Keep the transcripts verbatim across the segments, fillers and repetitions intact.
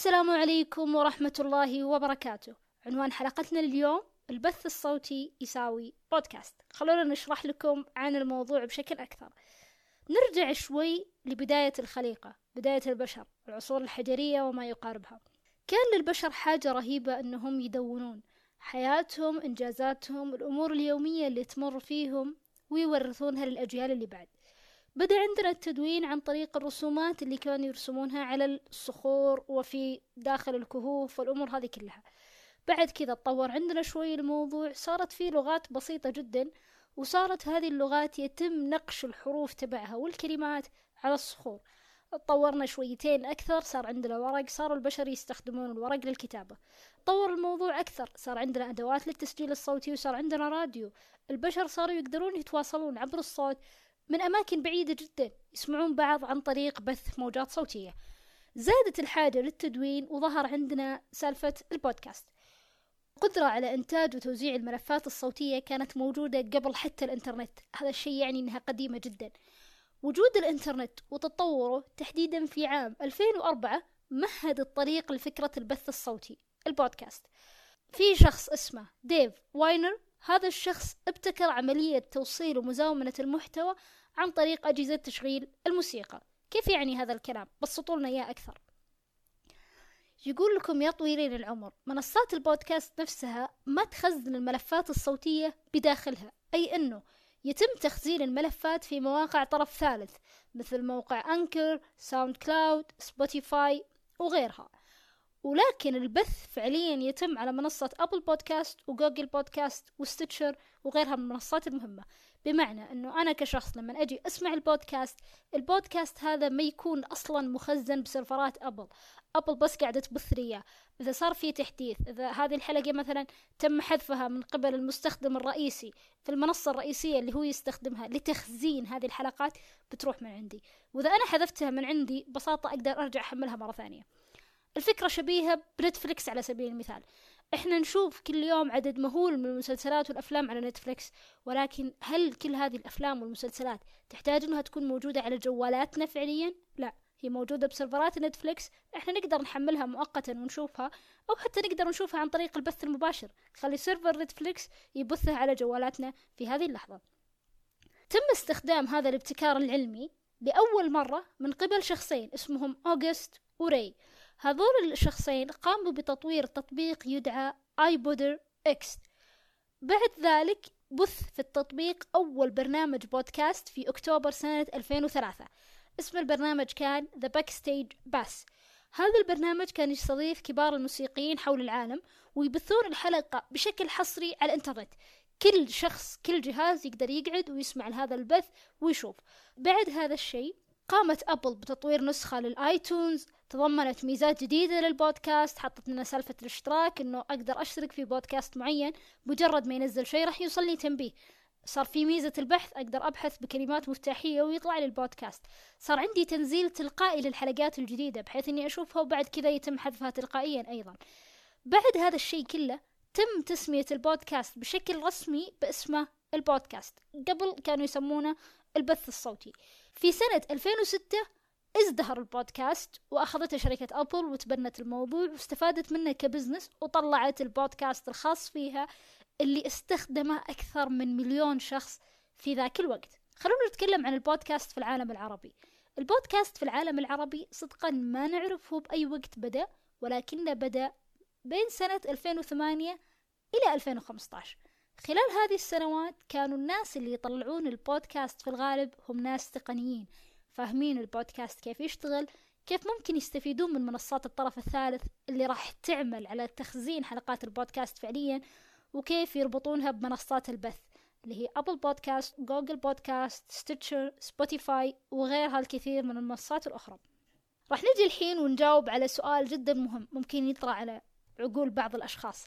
السلام عليكم ورحمة الله وبركاته. عنوان حلقتنا اليوم: البث الصوتي يساوي بودكاست. خلونا نشرح لكم عن الموضوع بشكل أكثر. نرجع شوي لبداية الخليقة، بداية البشر، العصور الحجرية وما يقاربها. كان للبشر حاجة رهيبة أنهم يدونون حياتهم، إنجازاتهم، الأمور اليومية اللي تمر فيهم ويورثونها للأجيال اللي بعد. بدأ عندنا التدوين عن طريق الرسومات اللي كانوا يرسمونها على الصخور وفي داخل الكهوف والأمور هذه كلها. بعد كذا تطور عندنا شوي الموضوع، صارت فيه لغات بسيطة جدا، وصارت هذه اللغات يتم نقش الحروف تبعها والكلمات على الصخور. تطورنا شويتين أكثر، صار عندنا ورق، صاروا البشر يستخدمون الورق للكتابة. طور الموضوع أكثر، صار عندنا أدوات للتسجيل الصوتي، وصار عندنا راديو. البشر صاروا يقدرون يتواصلون عبر الصوت من أماكن بعيدة جدا، يسمعون بعض عن طريق بث موجات صوتية. زادت الحاجة للتدوين وظهر عندنا سالفة البودكاست. قدرة على إنتاج وتوزيع الملفات الصوتية كانت موجودة قبل حتى الإنترنت. هذا الشيء يعني أنها قديمة جدا. وجود الإنترنت وتطوره تحديدا في عام ألفين وأربعة مهد الطريق لفكرة البث الصوتي البودكاست. في شخص اسمه ديف واينر، هذا الشخص ابتكر عملية توصيل ومزاومة المحتوى عن طريق أجهزة تشغيل الموسيقى. كيف يعني هذا الكلام؟ بسطوا لنا إياه أكثر. يقول لكم يا طويلين العمر، منصات البودكاست نفسها ما تخزن الملفات الصوتية بداخلها، أي أنه يتم تخزين الملفات في مواقع طرف ثالث مثل موقع أنكر، ساوند كلاود، سبوتيفاي وغيرها. ولكن البث فعليا يتم على منصة أبل بودكاست وجوجل بودكاست وستيتشر وغيرها من المنصات المهمة. بمعنى أنه أنا كشخص لما أجي أسمع البودكاست، البودكاست هذا ما يكون أصلا مخزن بسيرفرات أبل. أبل بس قاعدة تبث لي. إذا صار في تحديث، إذا هذه الحلقة مثلا تم حذفها من قبل المستخدم الرئيسي في المنصة الرئيسية اللي هو يستخدمها لتخزين هذه الحلقات، بتروح من عندي. وإذا أنا حذفتها من عندي ببساطة أقدر أرجع أحملها مرة ثانية. الفكرة شبيهة بنتفليكس على سبيل المثال. احنا نشوف كل يوم عدد مهول من المسلسلات والأفلام على نتفليكس، ولكن هل كل هذه الأفلام والمسلسلات تحتاج أنها تكون موجودة على جوالاتنا فعليا؟ لا، هي موجودة بسيرفرات نتفليكس، احنا نقدر نحملها مؤقتا ونشوفها، أو حتى نقدر نشوفها عن طريق البث المباشر. خلي سيرفر نتفليكس يبثها على جوالاتنا في هذه اللحظة. تم استخدام هذا الابتكار العلمي لأول مرة من قبل شخصين اسمهم أوغست وري. هذول الشخصين قاموا بتطوير تطبيق يدعى آيبودر إكس. بعد ذلك بث في التطبيق أول برنامج بودكاست في أكتوبر سنة ألفين وثلاثة. اسم البرنامج كان The Backstage Bass. هذا البرنامج كان يستضيف كبار الموسيقيين حول العالم ويبثون الحلقة بشكل حصري على الإنترنت. كل شخص، كل جهاز يقدر يقعد ويسمع لهذا البث ويشوف. بعد هذا الشيء قامت أبل بتطوير نسخة للآيتونز تضمنت ميزات جديدة للبودكاست. حطت لنا سالفة الاشتراك، إنه أقدر أشترك في بودكاست معين، مجرد ما ينزل شيء راح يوصل لي تنبيه. صار في ميزة البحث، أقدر أبحث بكلمات مفتاحية ويطلع لي البودكاست. صار عندي تنزيل تلقائي للحلقات الجديدة بحيث إني أشوفها وبعد كذا يتم حذفها تلقائيا أيضا. بعد هذا الشيء كله تم تسمية البودكاست بشكل رسمي باسمه البودكاست. قبل كانوا يسمونه البث الصوتي. في سنة ألفين وستة ازدهر البودكاست وأخذته شركة أبل وتبنت الموضوع واستفادت منه كبزنس، وطلعت البودكاست الخاص فيها اللي استخدمه أكثر من مليون شخص في ذاك الوقت. خلونا نتكلم عن البودكاست في العالم العربي. البودكاست في العالم العربي صدقا ما نعرفه بأي وقت بدأ، ولكنه بدأ بين سنة ألفين وثمانية إلى ألفين وخمسة عشر. خلال هذه السنوات كانوا الناس اللي يطلعون البودكاست في الغالب هم ناس تقنيين، فاهمين البودكاست كيف يشتغل، كيف ممكن يستفيدون من منصات الطرف الثالث اللي راح تعمل على تخزين حلقات البودكاست فعليا، وكيف يربطونها بمنصات البث اللي هي أبل بودكاست، جوجل بودكاست، ستيتشر، سبوتيفاي وغيرها الكثير من المنصات الأخرى. راح نجي الحين ونجاوب على سؤال جدا مهم ممكن يطرأ على عقول بعض الأشخاص: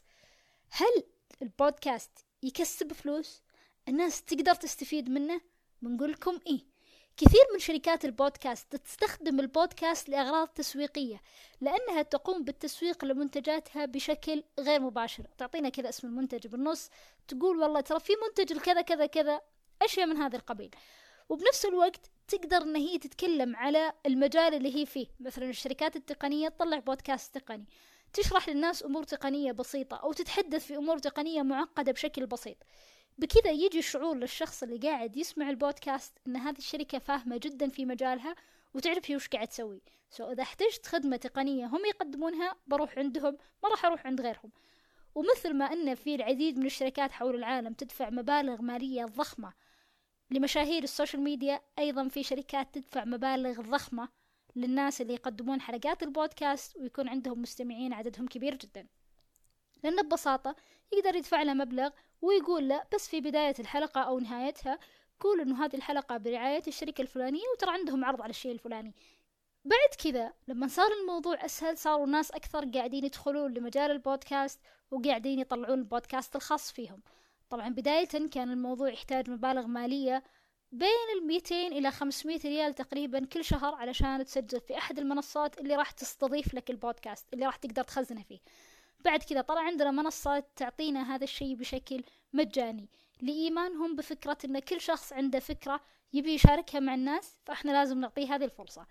هل البودكاست يكسب فلوس؟ الناس تقدر تستفيد منه؟ بنقول لكم إيه. كثير من شركات البودكاست تستخدم البودكاست لأغراض تسويقية، لأنها تقوم بالتسويق لمنتجاتها بشكل غير مباشر. تعطينا كذا اسم المنتج بالنص، تقول والله ترى في منتج الكذا كذا كذا، أشياء من هذا القبيل. وبنفس الوقت تقدر ان هي تتكلم على المجال اللي هي فيه. مثلا الشركات التقنية تطلع بودكاست تقني تشرح للناس امور تقنية بسيطة او تتحدث في امور تقنية معقدة بشكل بسيط. بكذا يجي شعور للشخص اللي قاعد يسمع البودكاست ان هذه الشركة فاهمة جدا في مجالها وتعرف هي وش قاعد تسوي. سو اذا احتجت خدمة تقنية هم يقدمونها بروح عندهم، ما راح اروح عند غيرهم. ومثل ما ان في العديد من الشركات حول العالم تدفع مبالغ مالية ضخمة لمشاهير السوشيال ميديا، ايضا في شركات تدفع مبالغ ضخمة للناس اللي يقدمون حلقات البودكاست ويكون عندهم مستمعين عددهم كبير جدا. لأنه ببساطة يقدر يدفع له مبلغ ويقول له بس في بداية الحلقة أو نهايتها قول إنه هذه الحلقة برعاية الشركة الفلانية وترى عندهم عرض على الشيء الفلاني. بعد كذا لما صار الموضوع أسهل صاروا ناس أكثر قاعدين يدخلون لمجال البودكاست وقاعدين يطلعون البودكاست الخاص فيهم. طبعا بداية كان الموضوع يحتاج مبالغ مالية بين الميتين إلى خمسمية ريال تقريبا كل شهر علشان تسجل في أحد المنصات اللي راح تستضيف لك البودكاست اللي راح تقدر تخزنه فيه. بعد كذا طلع عندنا منصات تعطينا هذا الشيء بشكل مجاني لإيمانهم بفكرة أن كل شخص عنده فكرة يبي يشاركها مع الناس، فإحنا لازم نعطيه هذه الفرصة.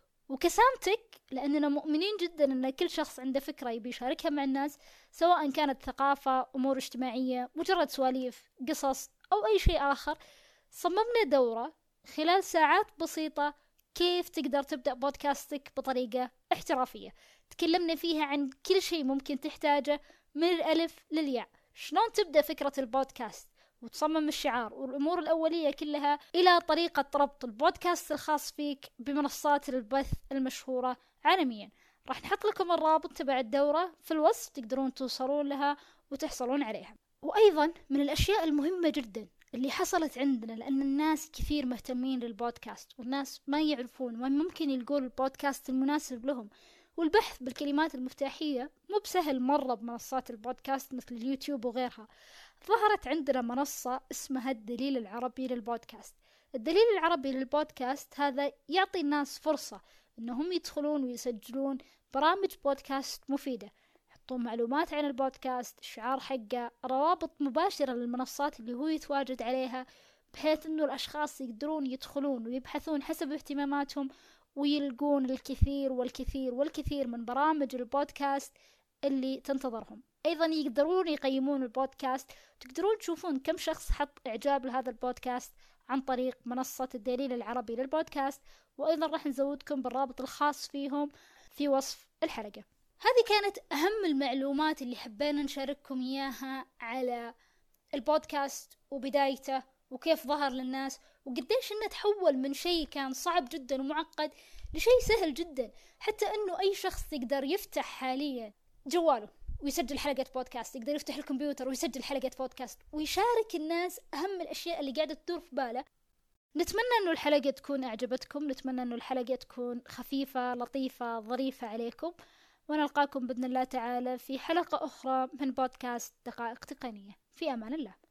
وكسامتك لأننا مؤمنين جدا أن كل شخص عنده فكرة يبي يشاركها مع الناس، سواء كانت ثقافة، أمور اجتماعية، مجرد سواليف، قصص أو أي شيء آخر، صممنا دورة خلال ساعات بسيطة كيف تقدر تبدأ بودكاستك بطريقة احترافية. تكلمنا فيها عن كل شيء ممكن تحتاجه من الألف للياء، شلون تبدأ فكرة البودكاست وتصمم الشعار والأمور الأولية كلها، إلى طريقة ربط البودكاست الخاص فيك بمنصات البث المشهورة عالميا. راح نحط لكم الرابط تبع الدورة في الوصف تقدرون توصلون لها وتحصلون عليها. وأيضا من الأشياء المهمة جدا اللي حصلت عندنا، لأن الناس كثير مهتمين للبودكاست والناس ما يعرفون وين ممكن يلقون البودكاست المناسب لهم، والبحث بالكلمات المفتاحية مو بسهل مرة بمنصات البودكاست مثل اليوتيوب وغيرها. ظهرت عندنا منصة اسمها الدليل العربي للبودكاست. الدليل العربي للبودكاست هذا يعطي الناس فرصة انهم يدخلون ويسجلون برامج بودكاست مفيدة، يحطون معلومات عن البودكاست، الشعار حقه، روابط مباشرة للمنصات اللي هو يتواجد عليها، بحيث انه الاشخاص يقدرون يدخلون ويبحثون حسب اهتماماتهم ويلقون الكثير والكثير والكثير من برامج البودكاست اللي تنتظرهم. أيضا يقدرون يقيمون البودكاست، تقدرون تشوفون كم شخص حط إعجاب لهذا البودكاست عن طريق منصة الدليل العربي للبودكاست. وأيضا راح نزودكم بالرابط الخاص فيهم في وصف الحلقة. هذه كانت أهم المعلومات اللي حبينا نشارككم إياها على البودكاست وبدايته وكيف ظهر للناس، وقديش إنه تحول من شيء كان صعب جدا ومعقد لشيء سهل جدا، حتى إنه أي شخص يقدر يفتح حاليا جواله ويسجل حلقة بودكاست، يقدر يفتح الكمبيوتر ويسجل حلقة بودكاست ويشارك الناس أهم الأشياء اللي قاعدة تدور في باله. نتمنى أنه الحلقة تكون أعجبتكم، نتمنى أنه الحلقة تكون خفيفة لطيفة ظريفة عليكم، ونلقاكم بإذن الله تعالى في حلقة أخرى من بودكاست دقائق تقنية. في أمان الله.